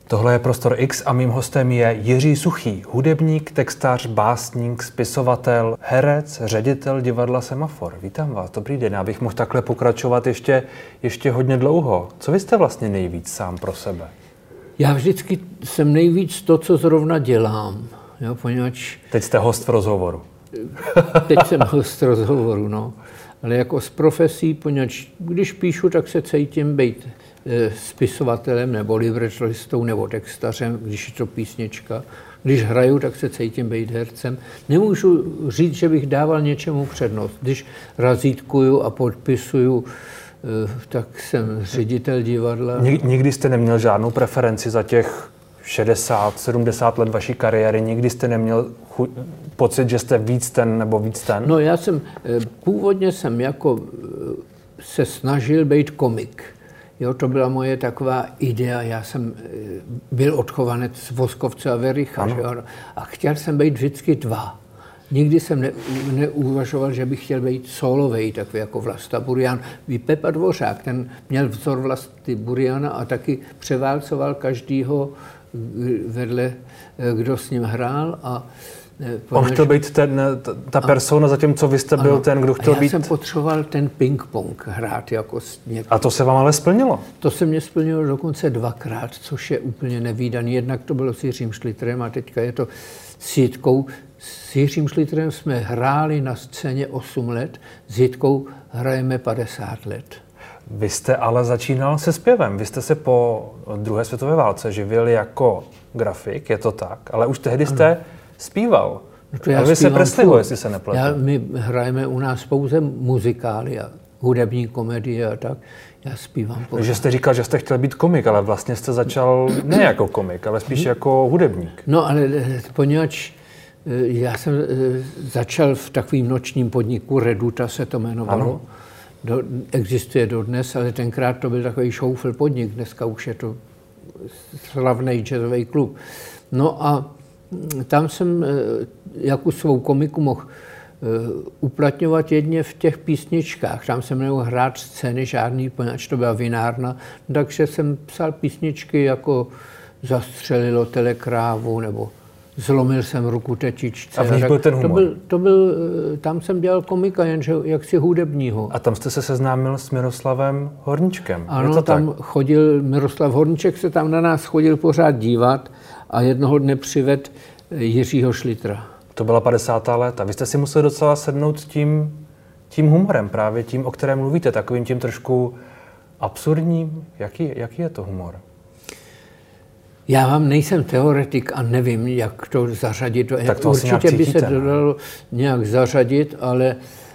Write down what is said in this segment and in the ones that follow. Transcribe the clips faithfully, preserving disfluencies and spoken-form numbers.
Tohle je Prostor X a mým hostem je Jiří Suchý, hudebník, textař, básník, spisovatel, herec, ředitel divadla Semafor. Vítám vás, dobrý den, já bych mohl takhle pokračovat ještě, ještě hodně dlouho. Co vy jste vlastně nejvíc sám pro sebe? Já vždycky jsem nejvíc to, co zrovna dělám, jo, poněvadž... Teď jste host v rozhovoru. Teď jsem host v rozhovoru, no. Ale jako z profesí, poněvadž když píšu, tak se cítím být e, spisovatelem nebo librettistou nebo textařem, když je to písnička. Když hraju, tak se cítím být hercem. Nemůžu říct, že bych dával něčemu přednost. Když razítkuju a podpisuju, e, tak jsem ředitel divadla. Nikdy jste neměl žádnou preferenci za těch šedesát, sedmdesát let vaší kariéry? Nikdy jste neměl chu- pocit, že jste víc ten nebo víc ten? No já jsem, původně jsem jako se snažil být komik. Jo, to byla moje taková idea. Já jsem byl odchovanec z Voskovce a Vericha, že jo? A chtěl jsem být vždycky dva. Nikdy jsem ne, neuvažoval, že bych chtěl být solovej, takový jako Vlasta Burian. I Pepa Dvořák, ten měl vzor Vlasty Buriana a taky převálcoval každýho vedle, kdo s ním hrál. A on chtěl být ten, ta persona, zatímco vy jste byl ano, ten, kdo chtěl a já být... jsem potřeboval ten ping-pong hrát jako s někým. A to se vám ale splnilo? To se mě splnilo dokonce dvakrát, což je úplně nevídaný. Jednak to bylo s Jiřím Šlitrem a teďka je to s Jitkou. S Jiřím Šlitrem jsme hráli na scéně osm let, s Jitkou hrajeme padesát let. Vy jste ale začínal se zpěvem. Vy jste se po druhé světové válce živil jako grafik, je to tak, ale už tehdy jste ano. zpíval. No to já Elvise se Presleyho, jestli se nepletu. Já, my hrajeme u nás pouze muzikály a hudební komedie a tak. Já zpívám pořád. Že jste říkal, že jste chtěl být komik, ale vlastně jste začal ne jako komik, ale spíš jako hudebník. No ale poněvadž já jsem začal v takovým nočním podniku, Reduta se to jmenovalo. Ano. Do, existuje dodnes, ale tenkrát to byl takový šoufl podnik, dneska už je to slavný jazzový klub. No a tam jsem jako svou komiku mohl uplatňovat jedně v těch písničkách. Tam jsem nemohl hrát scény žádný, poněvadž to byla vinárna, takže jsem psal písničky jako Zastřelilo telekrávu nebo Zlomil jsem ruku tetičce. A v nich byl ten humor? To byl, to byl, tam jsem dělal komika, jenže jaksi hudebního. A tam jste se seznámil s Miroslavem Horníčkem? Ano, tam tak? chodil, Miroslav Horníček se tam na nás chodil pořád dívat a jednoho dne přived Jiřího Šlitra. To byla padesátá léta. Vy jste si museli docela sednout tím, tím humorem, právě tím, o kterém mluvíte, takovým tím trošku absurdním. Jaký, jaký je to humor? Já vám nejsem teoretik a nevím, jak to zařadit. Tak to určitě by se to dalo nějak zařadit, ale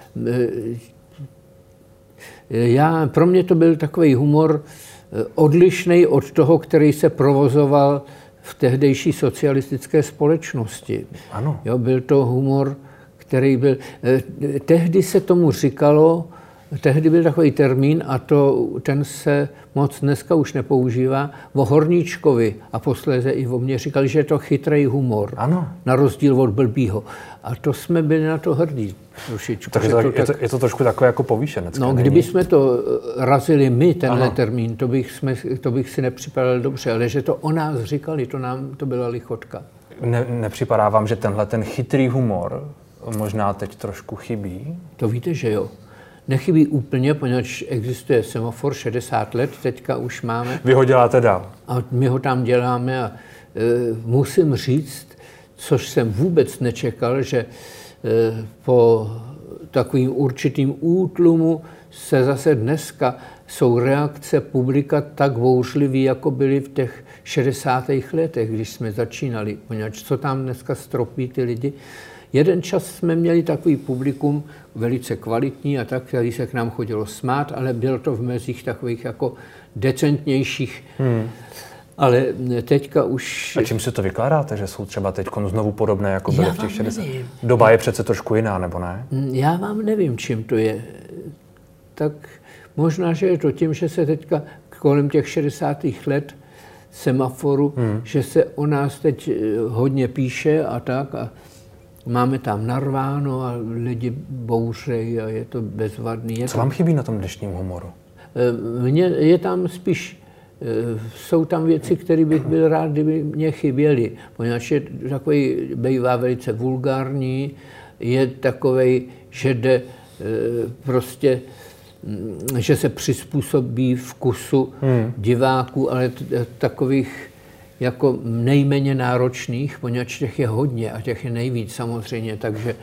já, pro mě to byl takový humor odlišný od toho, který se provozoval v tehdejší socialistické společnosti. Ano. Jo, byl to humor, který byl... Tehdy se tomu říkalo, tehdy byl takový termín a to, ten se moc dneska už nepoužívá. O Horníčkovi a posléze i o mně říkali, že je to chytrý humor. Ano. Na rozdíl od blbýho. A to jsme byli na to hrdí trošičku. Takže to, to, je, to, je to trošku takové jako povýšenecké. No, kdyby jsme to razili my, tenhle ano. termín, to bych, jsme, to bych si nepřipadal dobře, ale že to o nás říkali, to nám to byla lichotka. Ne, nepřipadá vám, že tenhle ten chytrý humor možná teď trošku chybí? To víte, že jo. Nechybí úplně, poněvadž existuje Semafor šedesát let, teďka už máme. Vy ho děláte dál. A my ho tam děláme a e, musím říct, což jsem vůbec nečekal, že e, po takovým určitým útlumu se zase dneska jsou reakce publika tak bouřlivý, jako byly v těch šedesátých letech, když jsme začínali, poněvadž co tam dneska stropí ty lidi. Jeden čas jsme měli takový publikum velice kvalitní a tak, který se k nám chodilo smát, ale bylo to v mezích takových jako decentnějších. Hmm. Ale teďka už... A čím si to vykládáte, že jsou třeba teď znovu podobné, jako byly v těch šedesátých? Doba je přece trošku jiná, nebo ne? Já vám nevím, čím to je. Tak možná, že je to tím, že se teďka kolem těch šedesátých let Semaforu, hmm. že se o nás teď hodně píše a tak a máme tam narváno a lidi bouřejí a je to bezvadný. Je Co to... vám chybí na tom dnešním humoru? Mně je tam spíš jsou tam věci, které bych byl rád, kdyby mě chyběly, poněvadž je takový, bývá velice vulgární, je takovej, že jde prostě, že se přizpůsobí vkusu hmm. diváků, ale t- takových jako nejméně náročných, poněvadž těch je hodně a těch je nejvíc samozřejmě, takže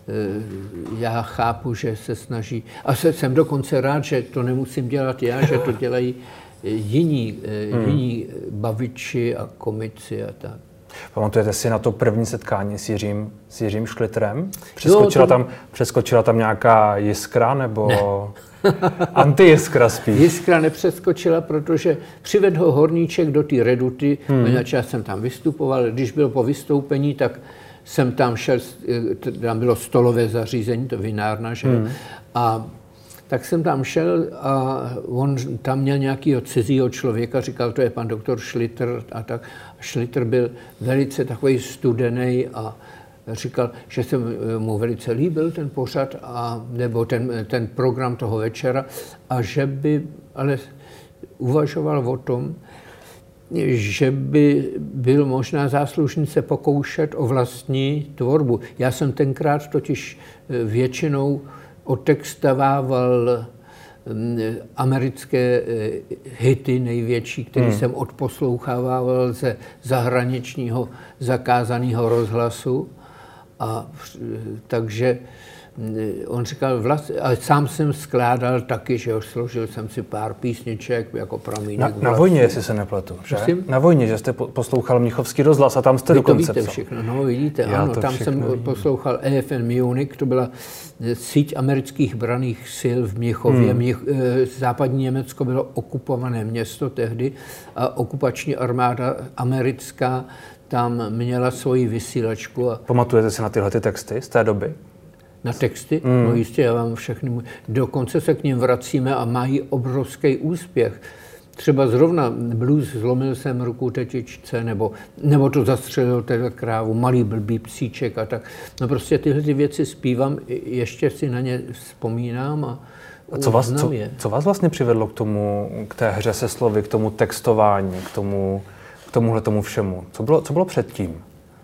já chápu, že se snaží, a jsem dokonce rád, že to nemusím dělat já, že to dělají jiní, hmm. jiní baviči a komici a tak. Pamatujete si na to první setkání s Jiřím, s Jiřím Šlitrem? Přeskočila, jo, to... tam, přeskočila tam nějaká jiskra nebo antijiskra spíš? Jiskra nepřeskočila, protože přivedl ho Horníček do té Reduty, hmm. já jsem tam vystupoval, když bylo po vystoupení, tak jsem tam šel, tam bylo stolové zařízení, to vinárna, že hmm. a tak jsem tam šel a on tam měl nějakého cizího člověka, říkal, to je pan doktor Šlitr a tak. Šlitr byl velice takový studený a říkal, že se mu velice líbil ten pořad, a, nebo ten, ten program toho večera, a že by ale uvažoval o tom, že by byl možná záslužný se pokoušet o vlastní tvorbu. Já jsem tenkrát totiž většinou otextovával americké hity největší, které hmm. jsem odposlouchával ze zahraničního zakázaného rozhlasu. A takže on říkal, vlast, ale sám jsem skládal taky, že jo, složil jsem si pár písniček jako pramínek. Na, na vojně, jestli se nepletu, že? Na vojně, že jste poslouchal Mnichovský rozhlas a tam jste Vy dokonce to víte psal. všechno, no vidíte, Já ano, tam jsem vidím. poslouchal E F N Munich, to byla síť amerických branných sil v Mnichově. Hmm. Mich, západní Německo bylo okupované město tehdy a okupační armáda americká tam měla svoji vysílačku. A... Pamatujete si na tyhle ty texty z té doby? Na texty? Mm. No jistě, já vám všechny... Dokonce se k ním vracíme a mají obrovský úspěch. Třeba zrovna blues Zlomil jsem ruku tetičce, nebo, nebo to Zastřelil teda krávu, Malý blbý psíček a tak. No prostě tyhle ty věci zpívám, ještě si na ně vzpomínám a, a co vás, co, co vás vlastně přivedlo k tomu, k té hře se slovy, k tomu textování, k tomu, k tomuhle tomu všemu? Co bylo, co bylo předtím?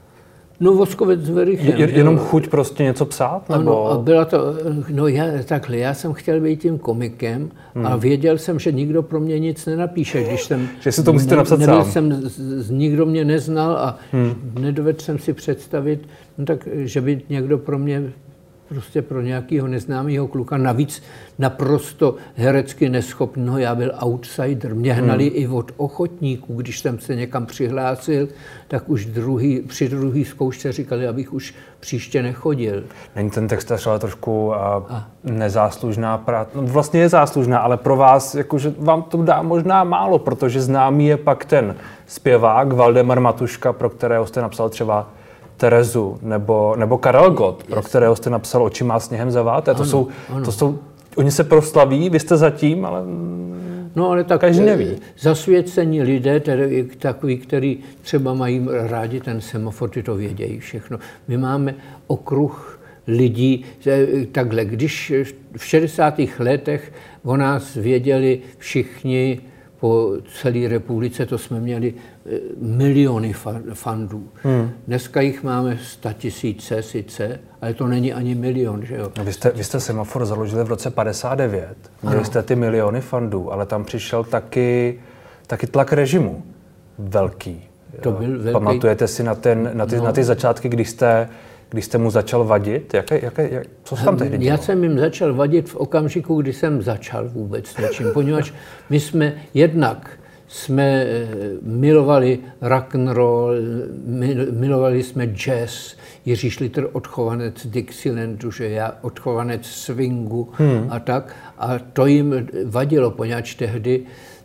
No Voskovec s Werichem. Je, jenom chuť prostě něco psát? Nebo? Ano, a byla to, no já, takhle, já jsem chtěl být tím komikem hmm. a věděl jsem, že nikdo pro mě nic nenapíše, když jsem... Že si to musíte napsat nebyl sám. jsem, z, nikdo mě neznal a hmm. nedovedl jsem si představit, no tak, že by někdo pro mě, prostě pro nějakého neznámého kluka, navíc naprosto herecky neschopného, já byl outsider. Mě hnali hmm. i od ochotníků, když jsem se někam přihlásil, tak už druhý, při druhý zkoušce říkali, abych už příště nechodil. Není ten textař ale trošku a, a. nezáslužná práce? No, vlastně je záslužná, ale pro vás, jakože vám to dá možná málo, protože známý je pak ten zpěvák Valdemar Matuška, pro kterého jste napsal třeba Terezu, nebo, nebo Karel Gott, pro kterého jste napsal Oči má sněhem zaváté. To jsou, to jsou, oni se proslaví, vy jste zatím, ale no, ale tak každý neví. Zasvěcení lidé, tedy takový, který třeba mají rádi ten semafor, ty to vědějí všechno. My máme okruh lidí, takhle, když v šedesátých letech o nás věděli všichni, po celé republice, to jsme měli miliony fandů. Hmm. Dneska jich máme statisíce sice, ale to není ani milion, že jo? Vy jste, vy jste Semafor založili v roce padesát devět. Měli ano. jste ty miliony fandů, ale tam přišel taky, taky tlak režimu velký. To byl velký... Pamatujete si na, ten, na, ty, no. na ty začátky, když jste, když jste mu začal vadit? Jaké, jaké, jak, co se tam tehdy dělo? Já jsem jim začal vadit v okamžiku, kdy jsem začal vůbec něčím, poněvadž my jsme jednak jsme milovali rock'n'roll, milovali jsme jazz, Jiří Šlitr odchovanec Dixielandu, že já odchovanec swingu hmm. a tak. A to jim vadilo, poněvadž tehdy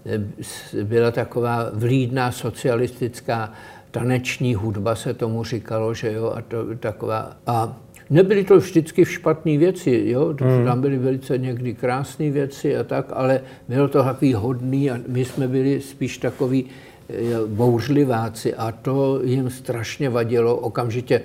byla taková vlídná socialistická taneční hudba, se tomu říkalo, že jo, a to taková. A nebyly to vždycky špatné věci, jo, hmm. tam byly velice někdy krásné věci a tak, ale bylo to takový hodný a my jsme byli spíš takový bouřliváci a to jim strašně vadilo. Okamžitě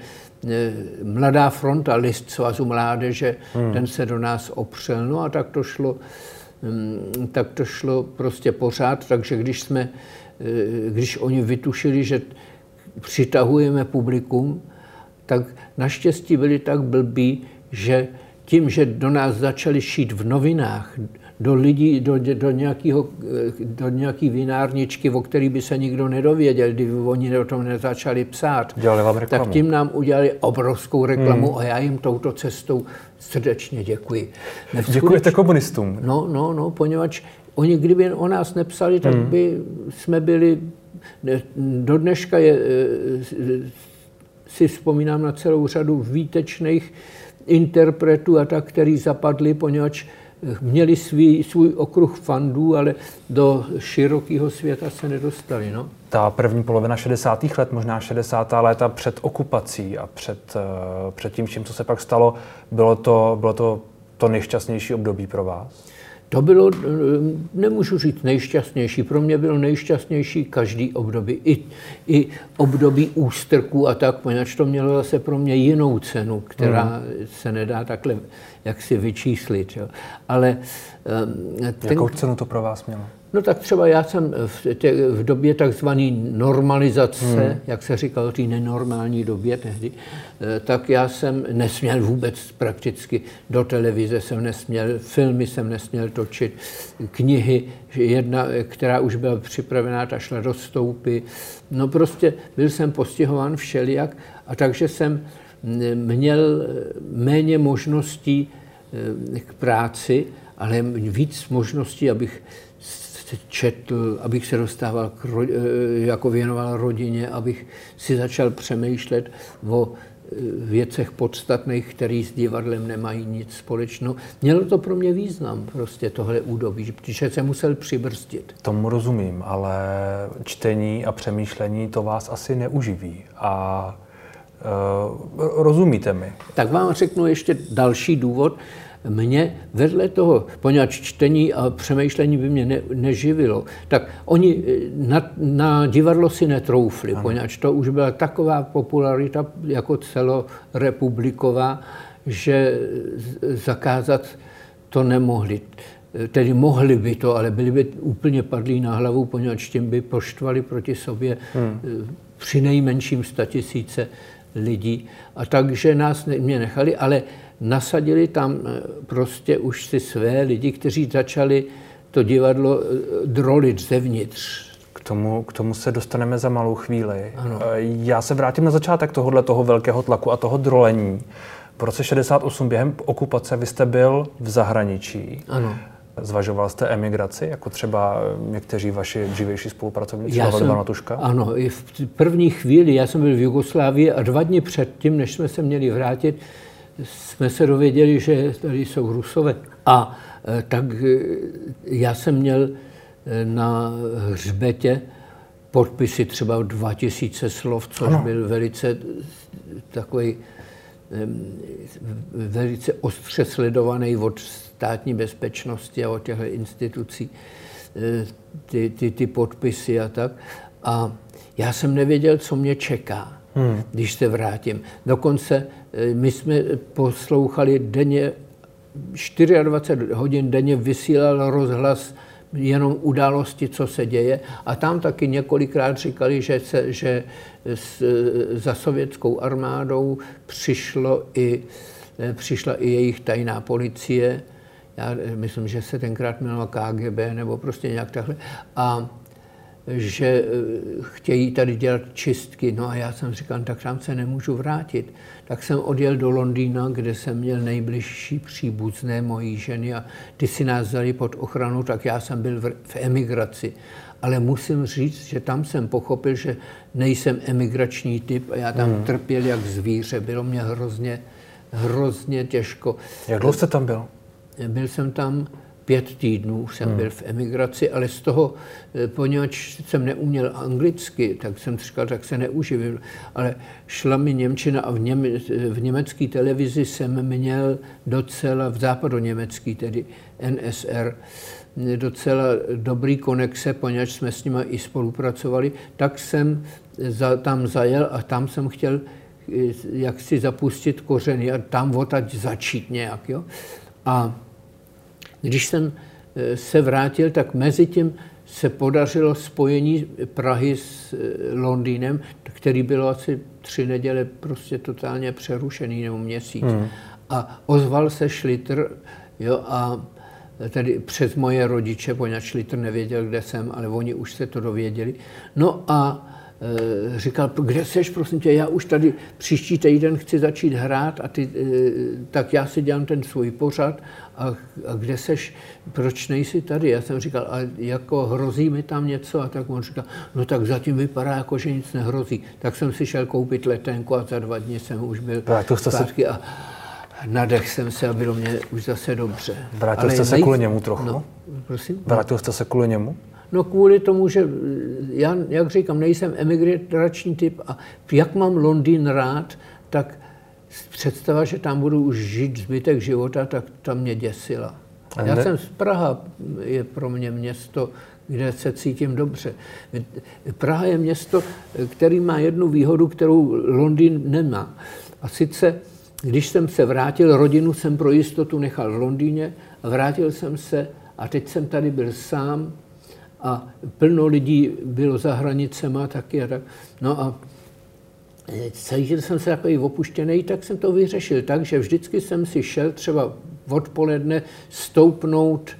Mladá fronta, list Svazu mládeže, hmm. ten se do nás opřel, no a tak to šlo tak to šlo prostě pořád, takže když jsme, když oni vytušili, že přitahujeme publikum, tak naštěstí byli tak blbí, že tím, že do nás začali šít v novinách, do lidí, do, do, nějakého, do nějaký vinárničky, o který by se nikdo nedověděl, kdyby oni o tom nezačali psát, tak tím nám udělali obrovskou reklamu hmm. a já jim touto cestou srdečně děkuji. Děkujete komunistům. No, no, no, poněvadž oni, kdyby o nás nepsali, tak hmm. by jsme byli, do dneška je, si vzpomínám na celou řadu výtečných interpretů a tak, který zapadli, poněvadž měli svý, svůj okruh fandů, ale do širokého světa se nedostali. No. Ta první polovina šedesátých let, možná šedesátá léta před okupací a před, před tím, čím, co se pak stalo, bylo to, bylo to, to nejšťastnější období pro vás? To bylo, nemůžu říct nejšťastnější, pro mě bylo nejšťastnější každý období, i, i období ústrků a tak, poněvadž to mělo zase pro mě jinou cenu, která mm. se nedá takhle jaksi vyčíslit. Jo. Ale, ten, jakou cenu to pro vás mělo? No tak třeba já jsem v, tě, v době takzvané normalizace, hmm. jak se říkalo, té nenormální době tehdy, tak já jsem nesměl vůbec prakticky do televize, jsem nesměl, filmy jsem nesměl točit, knihy, jedna, která už byla připravená, ta šla do stoupy. No prostě byl jsem postihován všelijak a takže jsem měl méně možností k práci, ale víc možností, abych četl, abych se dostával, k ro, jako věnoval rodině, abych si začal přemýšlet o věcech podstatných, které s divadlem nemají nic společného. Mělo to pro mě význam, prostě tohle údobí, protože jsem musel přibrzdit. Tomu rozumím, ale čtení a přemýšlení to vás asi neuživí. A uh, rozumíte mi? Tak vám řeknu ještě další důvod. Mě vedle toho, poněvadž čtení a přemýšlení by mě ne, neživilo, tak oni na, na divadlo si netroufli, ano. Poněvadž to už byla taková popularita jako celorepubliková, že zakázat to nemohli. Tedy mohli by to, ale byli by úplně padlí na hlavu, poněvadž tím by poštvali proti sobě hmm. při nejmenším statisíce lidí. A takže nás ne, mě nechali, ale nasadili tam prostě už si své lidi, kteří začali to divadlo drolit zevnitř. K tomu, k tomu se dostaneme za malou chvíli. Ano. Já se vrátím na začátek tohohle toho velkého tlaku a toho drolení. V roce šedesát osm během okupace vy jste byl v zahraničí. Ano. Zvažoval jste emigraci, jako třeba někteří vaši dřívější spolupracovníci, já jsem, Matuška? Ano, i v první chvíli, já jsem byl v Jugoslávii a dva dny předtím, než jsme se měli vrátit, jsme se dověděli, že tady jsou Rusové. A tak já jsem měl na hřbetě podpisy třeba dva tisíce slov, což ano. byl velice takový velice ostře sledovaný od státní bezpečnosti a od těchto institucí ty, ty, ty podpisy a tak. A já jsem nevěděl, co mě čeká. Hmm. Když se vrátím. Dokonce my jsme poslouchali denně, dvacet čtyři hodin denně vysílal rozhlas jenom události, co se děje. A tam taky několikrát říkali, že, se, že s, za sovětskou armádou přišlo i, přišla i jejich tajná policie. Já myslím, že se tenkrát jmenovala K G B nebo prostě nějak takhle. A že chtějí tady dělat čistky. No a já jsem říkal, tak tam se nemůžu vrátit. Tak jsem odjel do Londýna, kde jsem měl nejbližší příbuzné mojí ženy a ty si nás vzali pod ochranu, tak já jsem byl v, v emigraci. Ale musím říct, že tam jsem pochopil, že nejsem emigrační typ a já tam hmm. trpěl jak zvíře. Bylo mě hrozně, hrozně těžko. Jak dlouho jste tam byl? Byl jsem tam pět týdnů, jsem hmm. byl v emigraci, ale z toho, poněvadž jsem neuměl anglicky, tak jsem říkal, tak se neuživil. Ale šla mi němčina a v, něme, v německé televizi jsem měl docela, v západoněmecký, tedy N S R, docela dobrý konexe, poněvadž jsme s nimi i spolupracovali, tak jsem za, tam zajel a tam jsem chtěl jak si zapustit kořeny a tam odtaď začít nějak. Jo? A když jsem se vrátil, tak mezi tím se podařilo spojení Prahy s Londýnem, který bylo asi tři neděle prostě totálně přerušený, nebo měsíc. Hmm. A ozval se Schlitter, jo, a tedy přes moje rodiče, poněvadž Schlitter nevěděl, kde jsem, ale oni už se to dověděli. No a e, říkal, kde seš, prosím tě, já už tady příští týden chci začít hrát a ty, e, tak já si dělám ten svůj pořad a, a kde seš, proč nejsi tady? Já jsem říkal, a jako hrozí mi tam něco? A tak on říkal, no tak zatím vypadá jako, že nic nehrozí. Tak jsem si šel koupit letenku a za dva dny jsem už byl zpátky a nadech jsem se a bylo mě už zase dobře. Vrátil ale jste se nej... kvůli němu trochu? No, prosím? Vrátil jste se kvůli němu? No kvůli tomu, že já, jak říkám, nejsem emigrační typ a jak mám Londýn rád, tak představa, že tam budu už žít zbytek života, tak ta mě děsila. Já jsem z Praha, je pro mě město, kde se cítím dobře. Praha je město, který má jednu výhodu, kterou Londýn nemá. A sice, když jsem se vrátil, rodinu jsem pro jistotu nechal v Londýně a vrátil jsem se a teď jsem tady byl sám a plno lidí bylo za hranicema taky a tak. No a cítil jsem se takový opuštěný, tak jsem to vyřešil tak, že vždycky jsem si šel třeba odpoledne stoupnout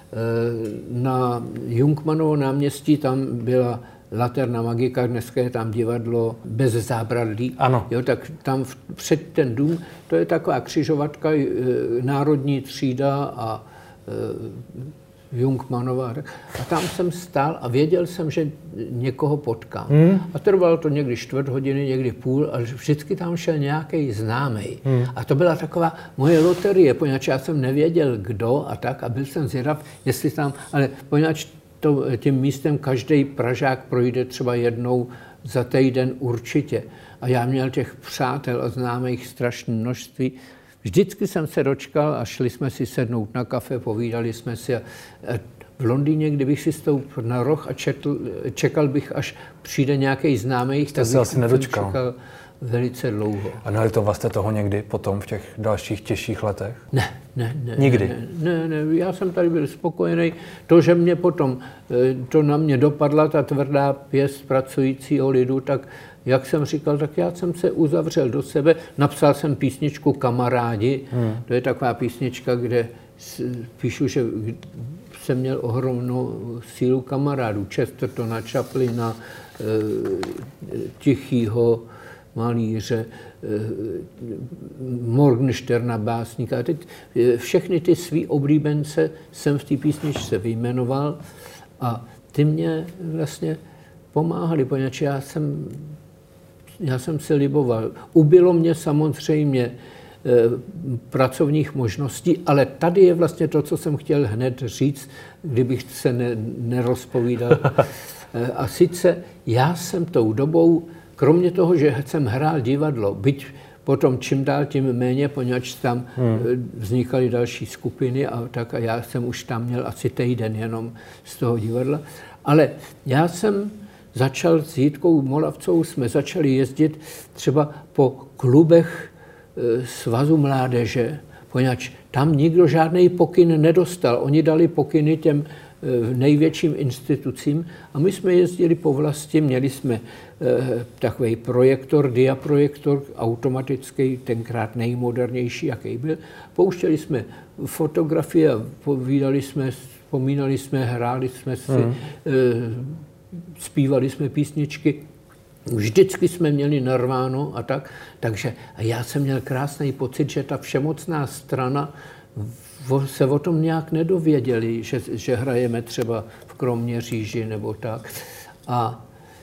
na Jungmannovo náměstí, tam byla Laterna Magica, dneska je tam divadlo bez zábradlí. Ano. Jo, tak tam v, před ten dům, to je taková křižovatka, e, národní třída a e, Jungmannova. A tam jsem stál a věděl jsem, že někoho potkám. Hmm. A trvalo to někdy čtvrt hodiny, někdy půl, ale vždycky tam šel nějaký známej. Hmm. A to byla taková moje loterie, poněvadž já jsem nevěděl, kdo a tak, a byl jsem zvědav, jestli tam, ale poněvadž to, tím místem každý Pražák projde třeba jednou za týden určitě. A já měl těch přátel a známých strašné množství. Vždycky jsem se dočkal a šli jsme si sednout na kafe, povídali jsme si. A v Londýně, kdybych si stoupil na roh a četl, čekal bych, až přijde nějaký známý, tak se asi nedočkal. Čekal velice dlouho. A nelitoval jste toho někdy potom v těch dalších těžších letech? Ne, ne, ne. Nikdy? Ne, ne, ne, já jsem tady byl spokojený. To, že mě potom, to na mě dopadla ta tvrdá pěst pracujícího lidu, tak jak jsem říkal, tak já jsem se uzavřel do sebe. Napsal jsem písničku Kamarádi. Hmm. To je taková písnička, kde píšu, že jsem měl ohromnou sílu kamarádů. Chestertona, Chaplina, Tichýho malíře, Morgensterna, básníka. A teď všechny ty svý oblíbence jsem v té písničce vyjmenoval a ty mě vlastně pomáhali, poněvadž já jsem, já jsem se liboval. Ubylo mě samozřejmě e, pracovních možností, ale tady je vlastně to, co jsem chtěl hned říct, kdybych se ne, nerozpovídal. E, a sice já jsem tou dobou, kromě toho, že jsem hrál divadlo, byť potom čím dál tím méně, poněvadž tam hmm. vznikaly další skupiny a tak a já jsem už tam měl asi týden jenom z toho divadla. Ale já jsem začal s Jitkou Molavcovou, jsme začali jezdit třeba po klubech Svazu mládeže, poněvadž tam nikdo žádný pokyn nedostal. Oni dali pokyny těm největším institucím a my jsme jezdili po vlasti, měli jsme eh, takový projektor, diaprojektor, automatický, tenkrát nejmodernější, jaký byl. Pouštěli jsme fotografie a povídali jsme, vzpomínali jsme, hráli jsme si, mm. eh, zpívali jsme písničky. Vždycky jsme měli narváno a tak, takže a já jsem měl krásný pocit, že ta všemocná strana se o tom nějak nedověděli, že, že hrajeme třeba v Kroměříži nebo tak. A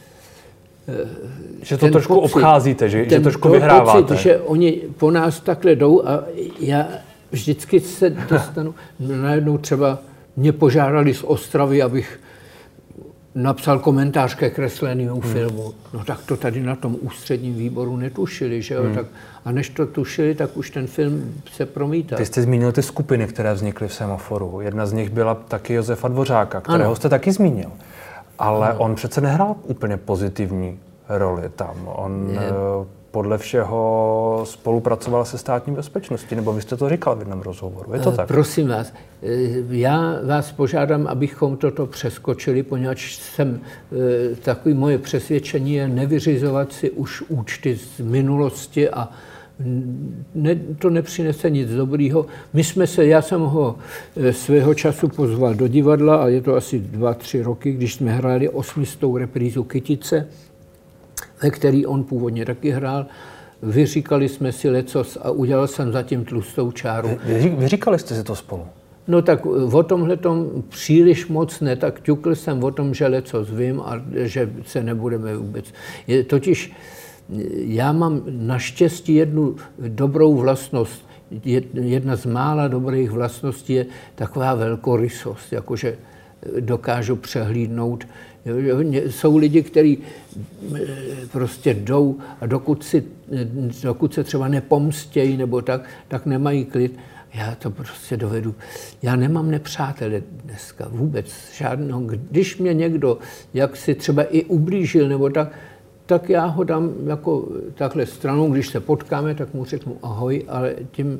že to trošku pocit, obcházíte, že, že trošku vyhráváte. Pocit, že oni po nás takhle jdou a já vždycky se dostanu, najednou třeba mě požádali z Ostravy, abych napsal komentář ke kreslenému hmm. filmu. No tak to tady na tom ústředním výboru netušili, že jo? Hmm. Tak, a než to tušili, tak už ten film se promítal. Ty jste zmínil ty skupiny, které vznikly v Semaforu. Jedna z nich byla taky Josefa Dvořáka, kterého ano. jste taky zmínil. Ale ano. on přece nehrál úplně pozitivní roli tam. On Je... podle všeho spolupracoval se státní bezpečností, nebo vy jste to říkal v jednom rozhovoru. Je to tak? Prosím vás, já vás požádám, abychom toto přeskočili, poněvadž jsem, takový moje přesvědčení je nevyřizovat si už účty z minulosti a ne, to nepřinese nic dobrýho. My jsme se, já jsem ho svého času pozval do divadla a je to asi dva, tři roky, když jsme hráli osmistou reprízu Kytice, ve který on původně taky hrál. Vyříkali jsme si lecos a udělal jsem zatím tlustou čáru. Vy, vyříkali jste si to spolu? No tak o tomhletom příliš moc ne, tak ťukl jsem o tom, že lecos vím a že se nebudeme vůbec. Je, totiž já mám naštěstí jednu dobrou vlastnost. Jedna z mála dobrých vlastností je taková velkorysost, jakože dokážu přehlídnout. Jsou lidi, kteří prostě jdou a dokud, si, dokud se třeba nepomstějí nebo tak, tak nemají klid. Já to prostě dovedu. Já nemám nepřátele dneska vůbec žádného. Když mě někdo jak si třeba i ublížil nebo tak, tak já ho dám jako takhle stranou, když se potkáme, tak mu řeknu ahoj, ale tím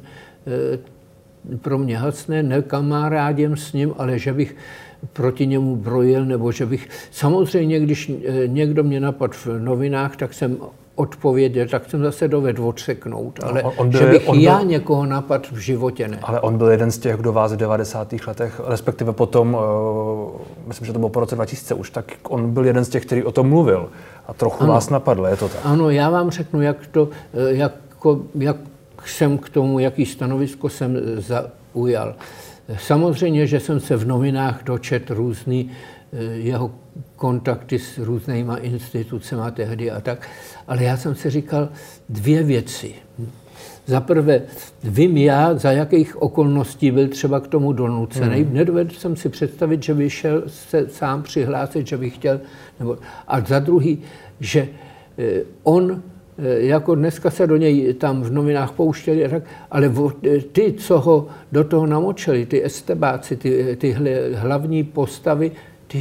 e, pro mě hasné, nekamarádím s ním, ale že bych proti němu brojil, nebo že bych... Samozřejmě, když někdo mě napadl v novinách, tak jsem odpověděl, tak jsem zase dovedl odseknout, ale no, on byl, že bych on já byl, někoho napadl v životě ne. Ale on byl jeden z těch, kdo vás v devadesátých letech, respektive potom, uh, myslím, že to bylo po roce dva tisíce už, tak on byl jeden z těch, který o tom mluvil a trochu ano, vás napadl, je to tak? Ano, já vám řeknu, jak, to, jako, jak jsem k tomu, jaký stanovisko jsem zaujal. Samozřejmě, že jsem se v novinách dočetl různý jeho kontakty s různýma institucemi tehdy a tak, ale já jsem si říkal dvě věci. Za prvé, vím já, za jakých okolností byl třeba k tomu donucený. Hmm. Nedovedl jsem si představit, že by šel se sám přihlásit, že by chtěl. Nebo, a za druhý, že on, jako dneska se do něj tam v novinách pouštěli, tak, ale ty, co ho do toho namočili, ty estebáci, ty, ty hlavní postavy, ty,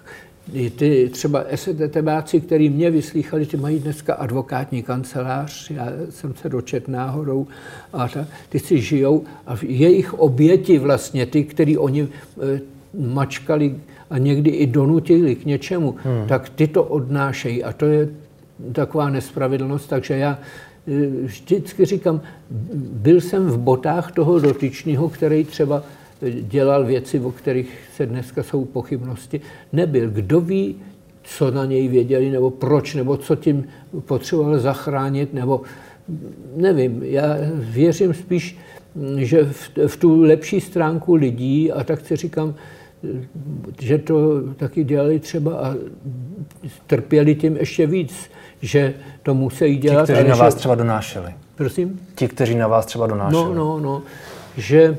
ty třeba estebáci, který mě vyslýchali, ty mají dneska advokátní kancelář, já jsem se dočetl náhodou, a ta, ty si žijou a jejich oběti vlastně, ty, který oni e, mačkali a někdy i donutili k něčemu, hmm. tak ty to odnášejí a to je taková nespravedlnost, takže já vždycky říkám, byl jsem v botách toho dotyčného, který třeba dělal věci, o kterých se dneska jsou pochybnosti. Nebyl. Kdo ví, co na něj věděli, nebo proč, nebo co tím potřeboval zachránit, nebo nevím. Já věřím spíš, že v, v tu lepší stránku lidí, a tak si říkám, že to taky dělali třeba a trpěli tím ještě víc, že to musí dělat. Ti, kteří na že... vás třeba donášeli. Prosím? Ti, kteří na vás třeba donášeli. No, no, no, že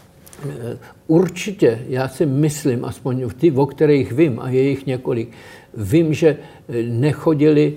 určitě, já si myslím, aspoň ty, o kterých vím, a je jich několik, vím, že nechodili,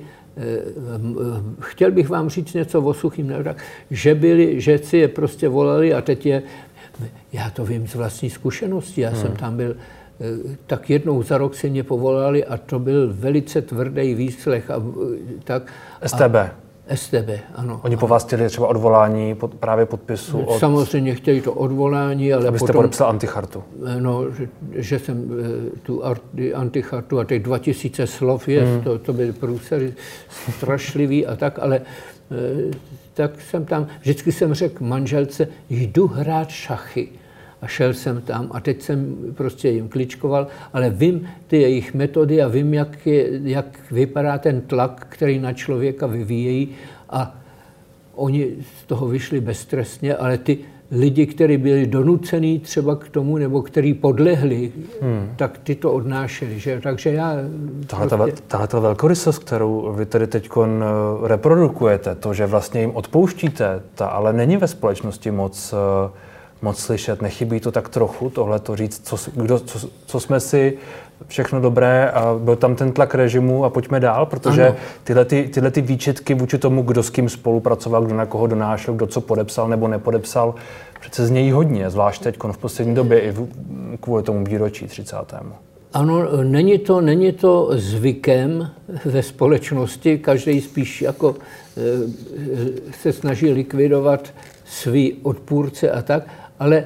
chtěl bych vám říct něco o Suchým, že byli, že si je prostě volali a teď je, já to vím z vlastní zkušenosti, já hmm. jsem tam byl, tak jednou za rok si mě povolali a to byl velice tvrdý výslech. A, tak, S T B. A S T B, ano. Oni po vás chtěli třeba odvolání pod, právě podpisu? Od... Samozřejmě chtěli to odvolání, ale abyste potom... podepsal antichartu. No, že, že jsem tu antichartu a těch dva tisíce slov je, hmm. to, to byl průser strašlivý a tak, ale tak jsem tam, vždycky jsem řekl manželce, jdu hrát šachy. A šel jsem tam a teď jsem prostě jim kličkoval, ale vím ty jejich metody a vím, jak, je, jak vypadá ten tlak, který na člověka vyvíjejí a oni z toho vyšli beztrestně, ale ty lidi, kteří byli donucený třeba k tomu, nebo kteří podlehli, hmm. tak ty to odnášeli. Že? Takže já... Tahle prostě... ta velkorysost, kterou vy tady teď reprodukujete, to, že vlastně jim odpouštíte, ta ale není ve společnosti moc... moc slyšet, nechybí to tak trochu, tohle to říct, co, kdo, co, co jsme si, všechno dobré a byl tam ten tlak režimu a pojďme dál, protože tyhle, ty, tyhle ty výčitky vůči tomu, kdo s kým spolupracoval, kdo na koho donášel, kdo co podepsal nebo nepodepsal, přece znějí hodně, zvlášť teď v poslední době i kvůli tomu výročí třicátému Ano, není to, není to zvykem ve společnosti, každý spíš jako se snaží likvidovat svý odpůrce a tak, ale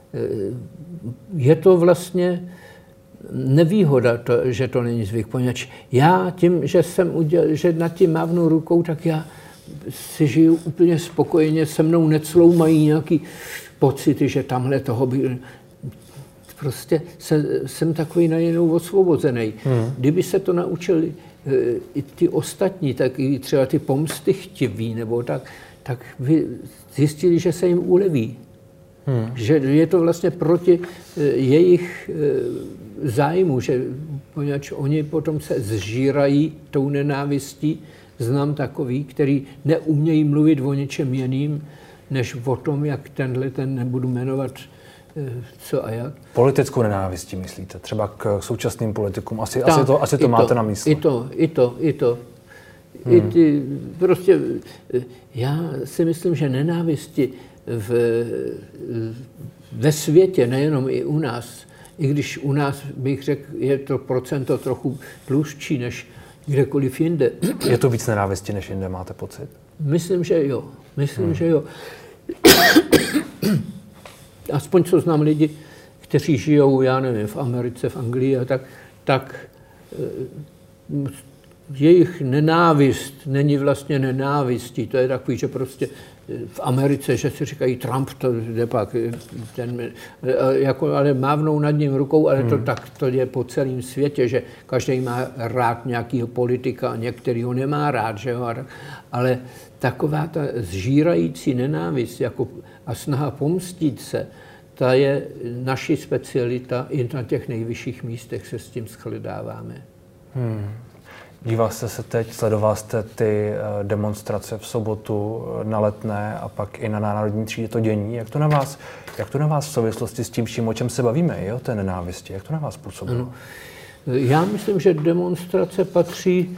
je to vlastně nevýhoda, to, že to není zvyk, poněvadž já tím, že jsem udělal, že nad tím mávnu rukou, tak já si žiju úplně spokojeně, se mnou necloumají nějaký pocity, že tamhle toho by... Prostě jsem, jsem takový najednou osvobozený. Hmm. Kdyby se to naučili i ty ostatní, tak i třeba ty pomstychtiví, nebo tak, tak by zjistili, že se jim uleví. Hmm. Že je to vlastně proti jejich zájmu, že poněvadž oni potom se zžírají tou nenávistí. Znám takový, který neumějí mluvit o něčem jiným, než o tom, jak tenhle, ten nebudu jmenovat, co a jak. Politickou nenávistí myslíte? Třeba k současným politikům? Asi, tak, asi to, asi to máte to, na mysli. I to, i to, i to. Hmm. I ty, prostě já si myslím, že nenávisti v, ve světě, nejenom i u nás, i když u nás, bych řekl, je to procento trochu tlustší než kdekoliv jinde. Je to víc nenávisti než jinde, máte pocit? Myslím, že jo. Myslím, hmm. že jo. Aspoň co znám lidi, kteří žijou, já nevím, v Americe, v Anglii a tak, tak jejich nenávist není vlastně nenávistí. To je takový, že prostě v Americe, že si říkají Trump, to jde pak, ten, jako, ale mávnou nad ním rukou, ale to hmm. tak to je po celém světě, že každý má rád nějakého politika a některý ho nemá rád, že jo, ale taková ta zžírající nenávist jako, a snaha pomstit se, ta je naší specialita, i na těch nejvyšších místech se s tím shledáváme. Hmm. Díval jste se teď, sledoval jste ty demonstrace v sobotu na Letné a pak i na Národní třídě to dění. Jak to na vás, jak to na vás v souvislosti s tím, čím, o čem se bavíme, jo, té nenávisti, jak to na vás působilo? Ano. Já myslím, že demonstrace patří,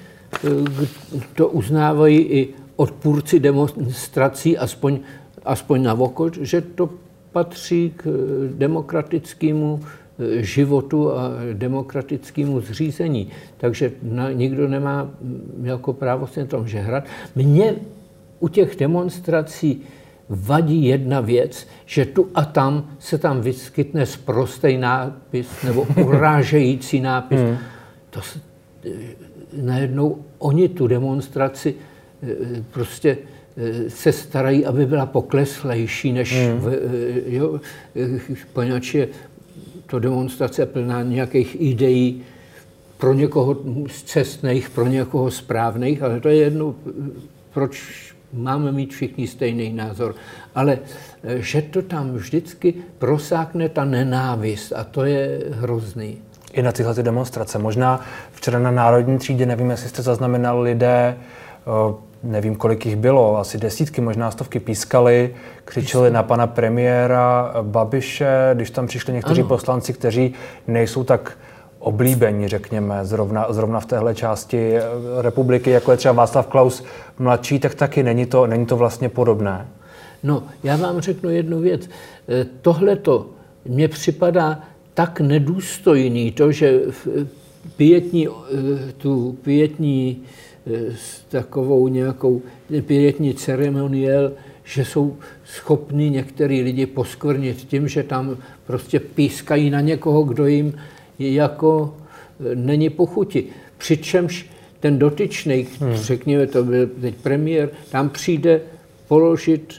to uznávají i odpůrci demonstrací, aspoň, aspoň na oko, že to patří k demokratickému životu a demokratickému zřízení. Takže na, nikdo nemá jako právo se na tom žehrat. Mně u těch demonstrací vadí jedna věc, že tu a tam se tam vyskytne sprostej nápis nebo urážející nápis. Hmm. To se, najednou oni tu demonstraci prostě se starají, aby byla pokleslejší, než hmm. v, jo, poněvadž je to demonstrace plná nějakých ideí pro někoho scestných, pro někoho správných, ale to je jedno, proč máme mít všichni stejný názor. Ale že to tam vždycky prosákne ta nenávist a to je hrozný. I na tyhle ty demonstrace. Možná včera na Národní třídě, nevím, jestli jste zaznamenal, lidé, nevím, kolik jich bylo, asi desítky, možná stovky, pískali, křičeli na pana premiéra Babiše, když tam přišli někteří ano. poslanci, kteří nejsou tak oblíbení, řekněme, zrovna, zrovna v téhle části republiky, jako je třeba Václav Klaus mladší, tak taky není to, není to vlastně podobné. No, já vám řeknu jednu věc. Tohleto mně připadá tak nedůstojný, to, že pietní, tu pietní s takovou nějakou pietní ceremoniel, že jsou schopni některý lidi poskvrnit tím, že tam prostě pískají na někoho, kdo jim jako není po chuti. Přičemž ten dotyčný, hmm. řekněme, to byl teď premiér, tam přijde položit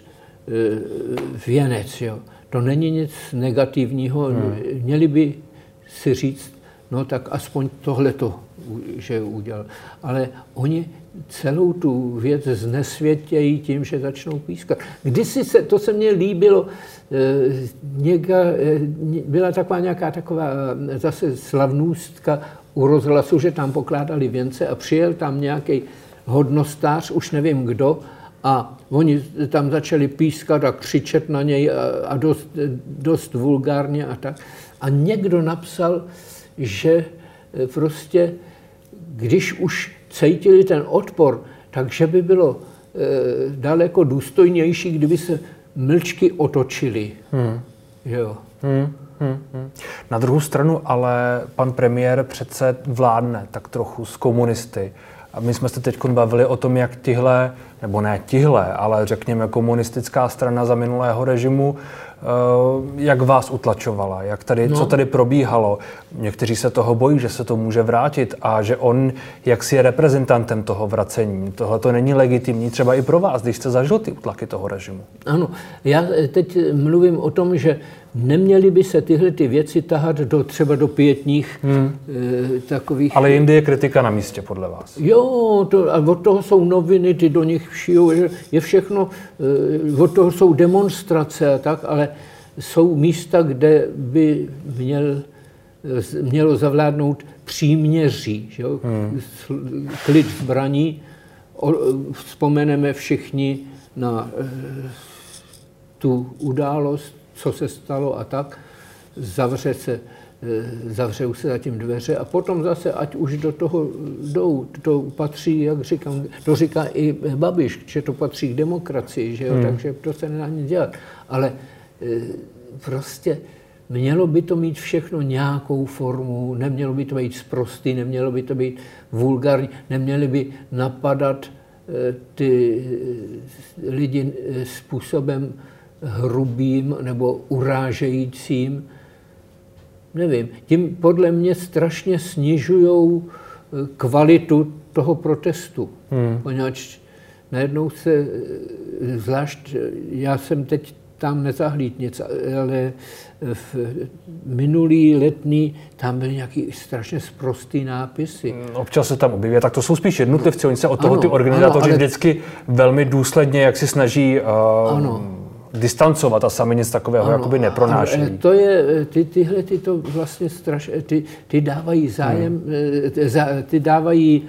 e, věnec. Jo. To není nic negativního. Hmm. Měli by si říct, no tak aspoň tohleto, že udělal. Ale oni celou tu věc znesvětějí tím, že začnou pískat. Kdysi se, to se mně líbilo, e, něka, e, byla taková nějaká taková zase slavnůstka u rozhlasu, že tam pokládali věnce a přijel tam nějaký hodnostář, už nevím kdo, a oni tam začali pískat a křičet na něj a, a dost, dost vulgárně a tak. A někdo napsal, že prostě, když už cítili ten odpor, takže by bylo e, daleko důstojnější, kdyby se mlčky otočili. Hmm. Jo. Hmm. Hmm, hmm. Na druhou stranu ale pan premiér přece vládne tak trochu s komunisty. A my jsme se teď bavili o tom, jak tihle, nebo ne tihle, ale řekněme komunistická strana za minulého režimu, jak vás utlačovala, jak tady, no. co tady probíhalo. Někteří se toho bojí, že se to může vrátit a že on jaksi je reprezentantem toho vracení. Tohle to není legitimní třeba i pro vás, když jste zažil ty útlaky toho režimu. Ano, já teď mluvím o tom, že neměly by se tyhle ty věci tahat do, třeba do pětních hmm. e, takových... Ale jindy je kritika na místě, podle vás. Jo, to, a od toho jsou noviny, ty do nich šijou, je všechno, e, od toho jsou demonstrace a tak, ale jsou místa, kde by měl, mělo zavládnout příměří, že jo? Hmm. Klid zbraní. O, vzpomeneme všichni na e, tu událost, co se stalo a tak, zavře se, zavřou se zatím dveře a potom zase, ať už do toho jdou, to patří, jak říkám, to říká i Babiš, že to patří k demokracii, že jo, hmm. takže to se nedá nic dělat. Ale prostě mělo by to mít všechno nějakou formu, nemělo by to být sprostý, nemělo by to být vulgární, neměli by napadat ty lidi způsobem hrubým nebo urážejícím, nevím, tím podle mě strašně snižují kvalitu toho protestu. Hmm. Poněvadž najednou se, zvlášť, já jsem teď tam nezahlíd nic, ale v minulý letní tam byly nějaký strašně sprostý nápisy. Občas se tam objeví, tak to jsou spíš jednotlivci, oni se od toho ano, ty organizátoři ano, ale... vždycky velmi důsledně, jak si snaží uh, distancovat a sami nic takového ano, jakoby nepronášejí. To je, ty, tyhle ty to vlastně strašně, ty, ty dávají zájem, hmm. ty dávají,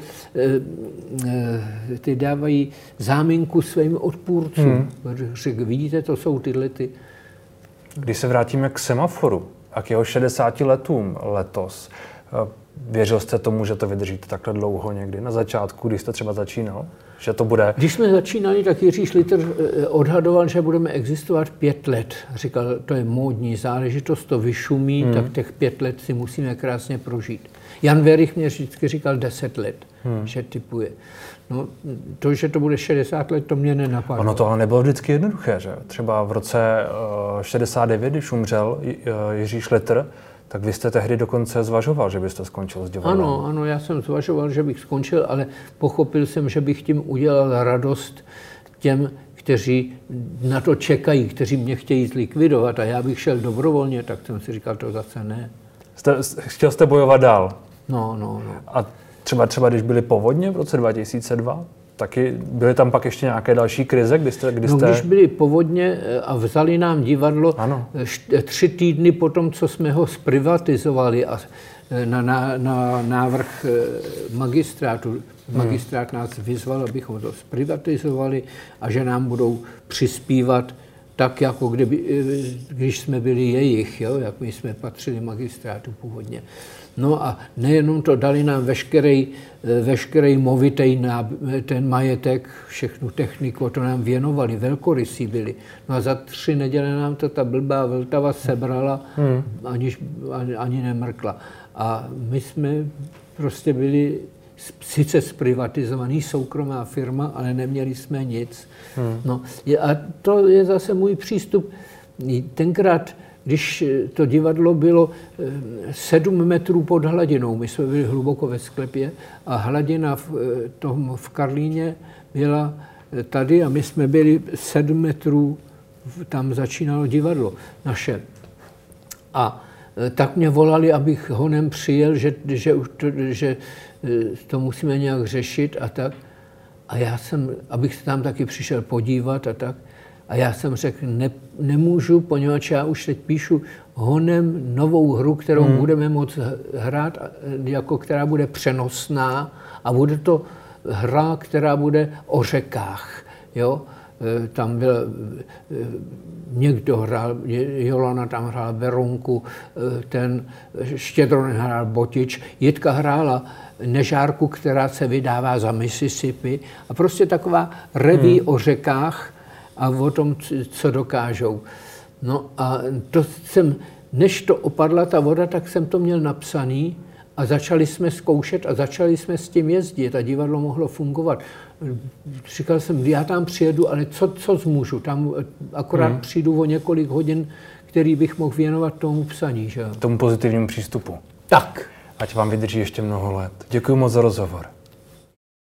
ty dávají záminku svým odpůrcům. Hmm. Řek, vidíte, to jsou tyhle ty. Když se vrátíme k semaforu a k jeho šedesáti letům letos, věřil jste tomu, že to vydržíte takhle dlouho někdy na začátku, když jste třeba začínal? Že to bude... Když jsme začínali, tak Jiří Schlitter odhadoval, že budeme existovat pět let. Říkal, to je módní záležitost, to vyšumí, hmm. tak těch pět let si musíme krásně prožít. Jan Werich mě vždycky říkal deset let, hmm. že typuje. No, to, že to bude šedesát let, to mě nenapadlo. Ono to ale nebylo vždycky jednoduché, že? Třeba v roce šedesát devět, když umřel Jiří Schlitter, tak vy jste tehdy dokonce zvažoval, že byste skončil s divadlem. Ano, ano, já jsem zvažoval, že bych skončil, ale pochopil jsem, že bych tím udělal radost těm, kteří na to čekají, kteří mě chtějí zlikvidovat a já bych šel dobrovolně, tak jsem si říkal, to zase ne. Jste, chtěl jste bojovat dál? No, no, no. A třeba, třeba když byly povodně v roce dva tisíce dva, taky byly tam pak ještě nějaké další krize, kdy jste... Kdy jste... No, když byly povodně a vzali nám divadlo ano. tři týdny po tom, co jsme ho zprivatizovali a na, na, na návrh magistrátu. Hmm. Magistrát nás vyzval, abychom to zprivatizovali a že nám budou přispívat tak, jako kdyby, když jsme byli jejich, jo, jak my jsme patřili magistrátu původně. No a nejenom to, dali nám veškerý, veškerý movitej na ten majetek, všechnu techniku, to nám věnovali, velkorysí byli. No a za tři neděle nám to ta blbá Vltava sebrala, hmm. aniž, ani, ani nemrkla. A my jsme prostě byli sice zprivatizovaný soukromá firma, ale neměli jsme nic. Hmm. No, a to je zase můj přístup. Tenkrát, když to divadlo bylo sedm metrů pod hladinou, my jsme byli hluboko ve sklepě a hladina v, tom, v Karlíně byla tady a my jsme byli sedm metrů, tam začínalo divadlo naše. A tak mě volali, abych honem přijel, že, že, to, že to musíme nějak řešit a tak. A já jsem, abych se tam taky přišel podívat a tak. A já jsem řekl, ne, nemůžu, poněvadž já už teď píšu honem novou hru, kterou hmm. budeme moct hrát, jako která bude přenosná a bude to hra, která bude o řekách. Jo? Tam byl, někdo hrál, Jolana tam hrála Verunku, ten Štědron hrál Botič, Jitka hrála Nežárku, která se vydává za Mississippi a prostě taková reví hmm. o řekách a o tom, co dokážou. No a to jsem než to opadla ta voda, tak jsem to měl napsaný a začali jsme zkoušet a začali jsme s tím jezdit a divadlo mohlo fungovat. Říkal jsem, já tam přijedu, ale co, co zmůžu? Tam akorát hmm. přijdu o několik hodin, který bych mohl věnovat tomu psaní. Že? Tomu pozitivnímu přístupu. Tak. Ať vám vydrží ještě mnoho let. Děkuji moc za rozhovor.